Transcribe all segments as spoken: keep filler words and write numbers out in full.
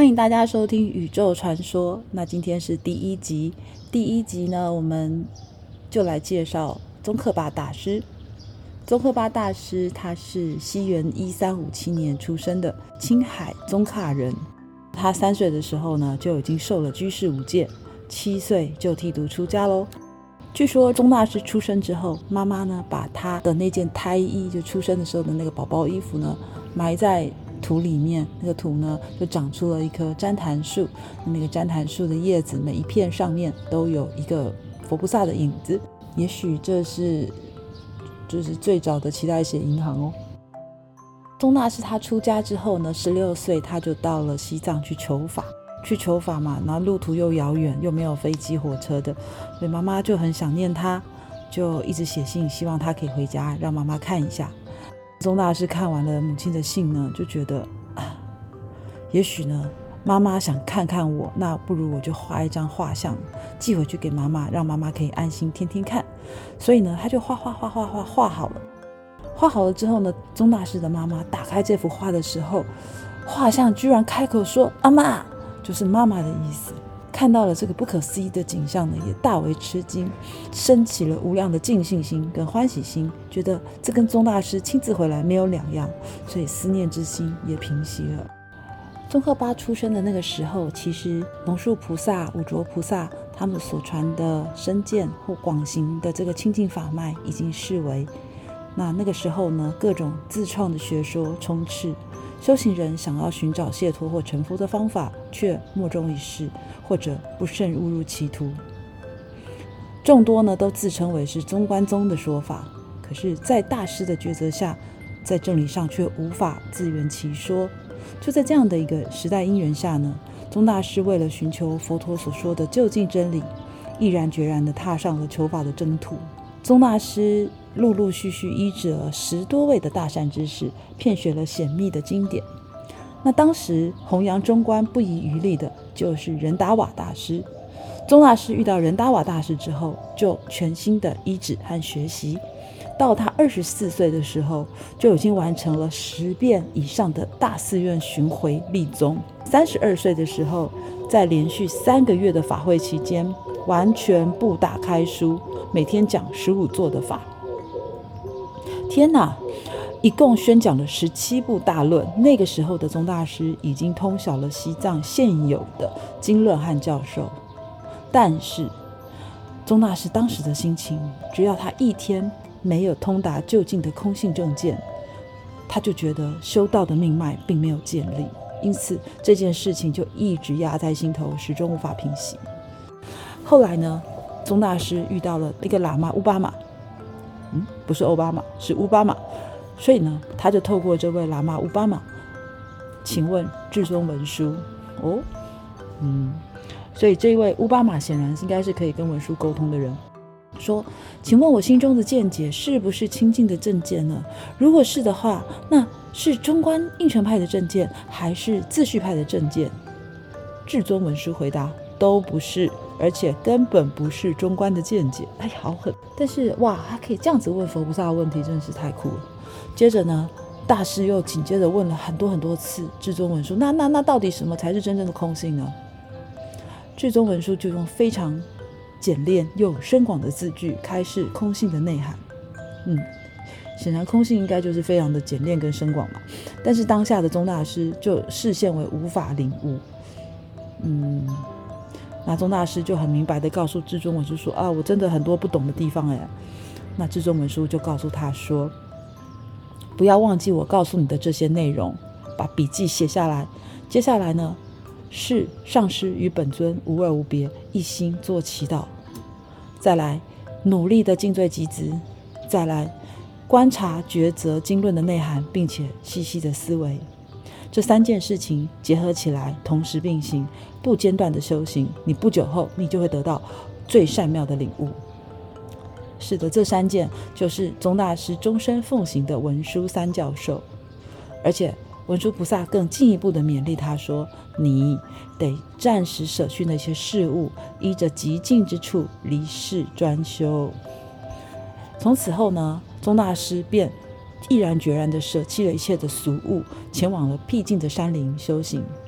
欢迎大家收听宇宙传说。那今天是第一集，第一集呢，我们就来介绍宗喀巴大师。宗喀巴大师他是西元一三五七年出生的青海宗喀人。他三岁的时候呢，就已经受了居士五戒，七岁就剃度出家喽。据说宗大师出生之后，妈妈呢把他的那件胎衣，就出生的时候的那个宝宝衣服呢，埋在土里面，那个土呢就长出了一棵旃檀树，那个旃檀树的叶子每一片上面都有一个佛菩萨的影子，也许这是就是最早的脐带血银行哦。宗大师他出家之后呢，十六岁他就到了西藏去求法，去求法嘛，然后路途又遥远，又没有飞机火车的，所以妈妈就很想念他，就一直写信希望他可以回家让妈妈看一下。宗大师看完了母亲的信呢，就觉得啊，也许呢妈妈想看看我，那不如我就画一张画像寄回去给妈妈，让妈妈可以安心天天看。所以呢他就画画画画画画好了。画好了之后呢，宗大师的妈妈打开这幅画的时候，画像居然开口说阿嬷，就是妈妈的意思。看到了这个不可思议的景象呢，也大为吃惊，升起了无量的敬信心跟欢喜心，觉得这跟宗大师亲自回来没有两样，所以思念之心也平息了。宗喀巴出生的那个时候，其实龙树菩萨、五浊菩萨他们所传的深见或广行的这个清净法脉已经式微。那那个时候呢，各种自创的学说充斥，修行人想要寻找解脱或成佛的方法，却莫衷一是，或者不慎误入歧途。众多呢都自称为是中观宗的说法，可是在大师的抉择下，在正理上却无法自圆其说。就在这样的一个时代因缘下呢，宗大师为了寻求佛陀所说的究竟真理，毅然决然地踏上了求法的征途。宗大师陆陆续续医治了十多位的大善知识，遍学了显密的经典。那当时弘扬中观不遗余力的就是仁达瓦大师。宗大师遇到仁达瓦大师之后，就全心的医治和学习。到他二十四岁的时候，就已经完成了十遍以上的大寺院巡回历宗。三十二岁的时候，在连续三个月的法会期间，完全不打开书，每天讲十五座的法。天哪，一共宣讲了十七部大论。那个时候的宗大师已经通晓了西藏现有的经论和教授，但是宗大师当时的心情，只要他一天没有通达究竟的空性正见，他就觉得修道的命脉并没有建立，因此这件事情就一直压在心头，始终无法平息。后来呢，宗大师遇到了一个喇嘛乌巴马，嗯，不是奥巴马，是乌巴马。所以呢，他就透过这位喇嘛乌巴马，请问至尊文殊哦，嗯，所以这位乌巴马显然应该是可以跟文殊沟通的人，说，请问我心中的见解是不是清净的正见呢？如果是的话，那是中观应成派的正见，还是自续派的正见？至尊文殊回答，都不是，而且根本不是中观的见解。哎，好狠！但是哇，他可以这样子问佛菩萨的问题，真的是太酷了。接着呢，大师又紧接着问了很多很多次至尊文殊，那那那到底什么才是真正的空性呢？至尊文殊就用非常简练又深广的字句开示空性的内涵。嗯，显然空性应该就是非常的简练跟深广嘛。但是当下的宗大师就视线为无法领悟。嗯，那宗大师就很明白的告诉至尊文殊说啊，我真的很多不懂的地方哎。那至尊文殊就告诉他说，不要忘记我告诉你的这些内容，把笔记写下来。接下来呢，是上师与本尊无二无别，一心做祈祷。再来，努力的尽罪集资。再来，观察抉择经论的内涵，并且细细的思维。这三件事情结合起来，同时并行，不间断的修行，你不久后你就会得到最善妙的领悟。是的，这三件就是宗大师终身奉行的文殊三教授。而且文殊菩萨更进一步的勉励他说，你得暂时舍去那些事物，依着极静之处离世专修。从此后呢，宗大师便毅然决然地舍弃了一切的俗物，前往了僻静的山林修行。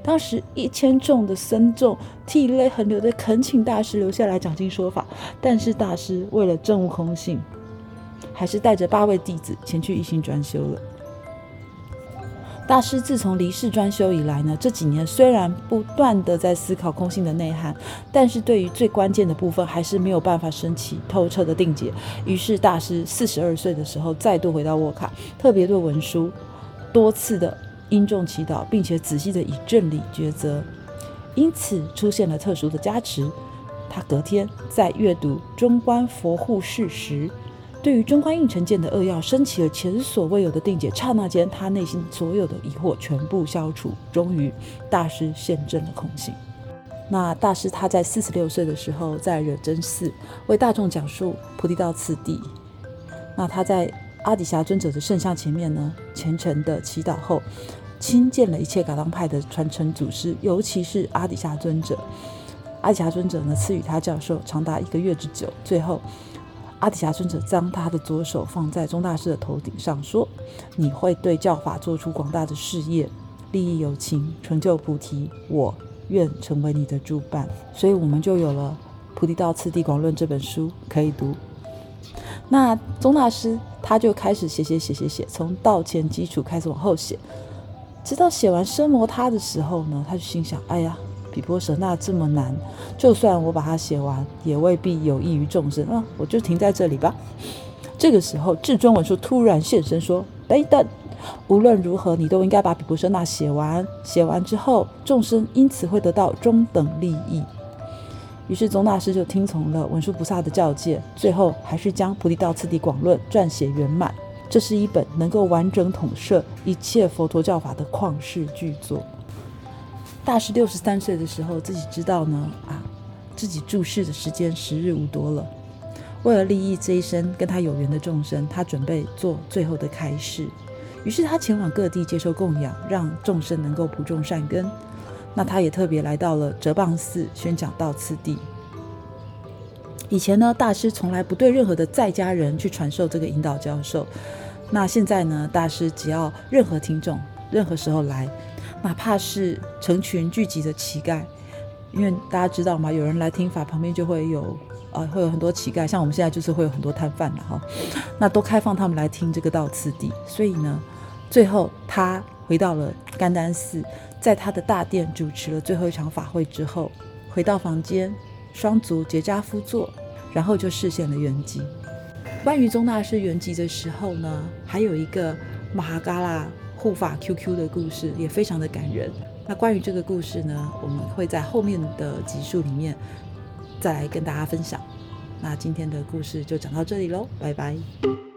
当时一千众的僧众涕泪横流的恳请大师留下来讲经说法，但是大师为了证悟空性，还是带着八位弟子前去一心专修了。大师自从离世专修以来呢，这几年虽然不断的在思考空性的内涵，但是对于最关键的部分还是没有办法升起透彻的定解。于是大师四十二岁的时候再度回到沃卡，特别对文殊多次的殷重祈祷，并且仔细的以正理抉择，因此出现了特殊的加持。他隔天在阅读中观佛护释时，对于中观应成见的扼要升起了前所未有的定解，刹那间他内心所有的疑惑全部消除，终于大师现证了空性。那大师他在四十六岁的时候在惹真寺为大众讲述菩提道次第，那他在阿底峡尊者的圣像前面呢虔诚的祈祷后，亲见了一切噶当派的传承祖师，尤其是阿底峡尊者。阿底峡尊者呢赐予他教授长达一个月之久，最后阿底峡尊者将他的左手放在宗大师的头顶上，说：你会对教法做出广大的事业，利益有情，成就菩提，我愿成为你的助伴。所以我们就有了《菩提道次第广论》这本书可以读。那宗大师他就开始写写写写写，从道前基础开始往后写，直到写完奢摩他的时候呢，他就心想：哎呀，毗婆舍那这么难，就算我把它写完，也未必有益于众生啊，我就停在这里吧。这个时候，至尊文殊突然现身说：等一等，无论如何，你都应该把毗婆舍那写完。写完之后，众生因此会得到中等利益。于是宗大师就听从了文殊菩萨的教诫，最后还是将《菩提道次第广论》撰写圆满。这是一本能够完整统摄一切佛陀教法的旷世巨作。大师六十三岁的时候，自己知道呢，啊，自己住世的时间时日无多了。为了利益这一生跟他有缘的众生，他准备做最后的开示。于是他前往各地接受供养，让众生能够普种善根。那他也特别来到了哲蚌寺宣讲道次第。以前呢，大师从来不对任何的在家人去传授这个引导教授。那现在呢，大师只要任何听众任何时候来，哪怕是成群聚集的乞丐，因为大家知道嘛，有人来听法，旁边就会有呃会有很多乞丐，像我们现在就是会有很多摊贩了哈，那都开放他们来听这个道次第。所以呢，最后他回到了甘丹寺，在他的大殿主持了最后一场法会之后，回到房间，双足结跏趺坐，然后就示现了圆寂。关于宗大师圆寂的时候呢，还有一个马哈嘎拉护法 Q Q 的故事，也非常的感人。那关于这个故事呢，我们会在后面的集数里面再来跟大家分享。那今天的故事就讲到这里咯，拜拜。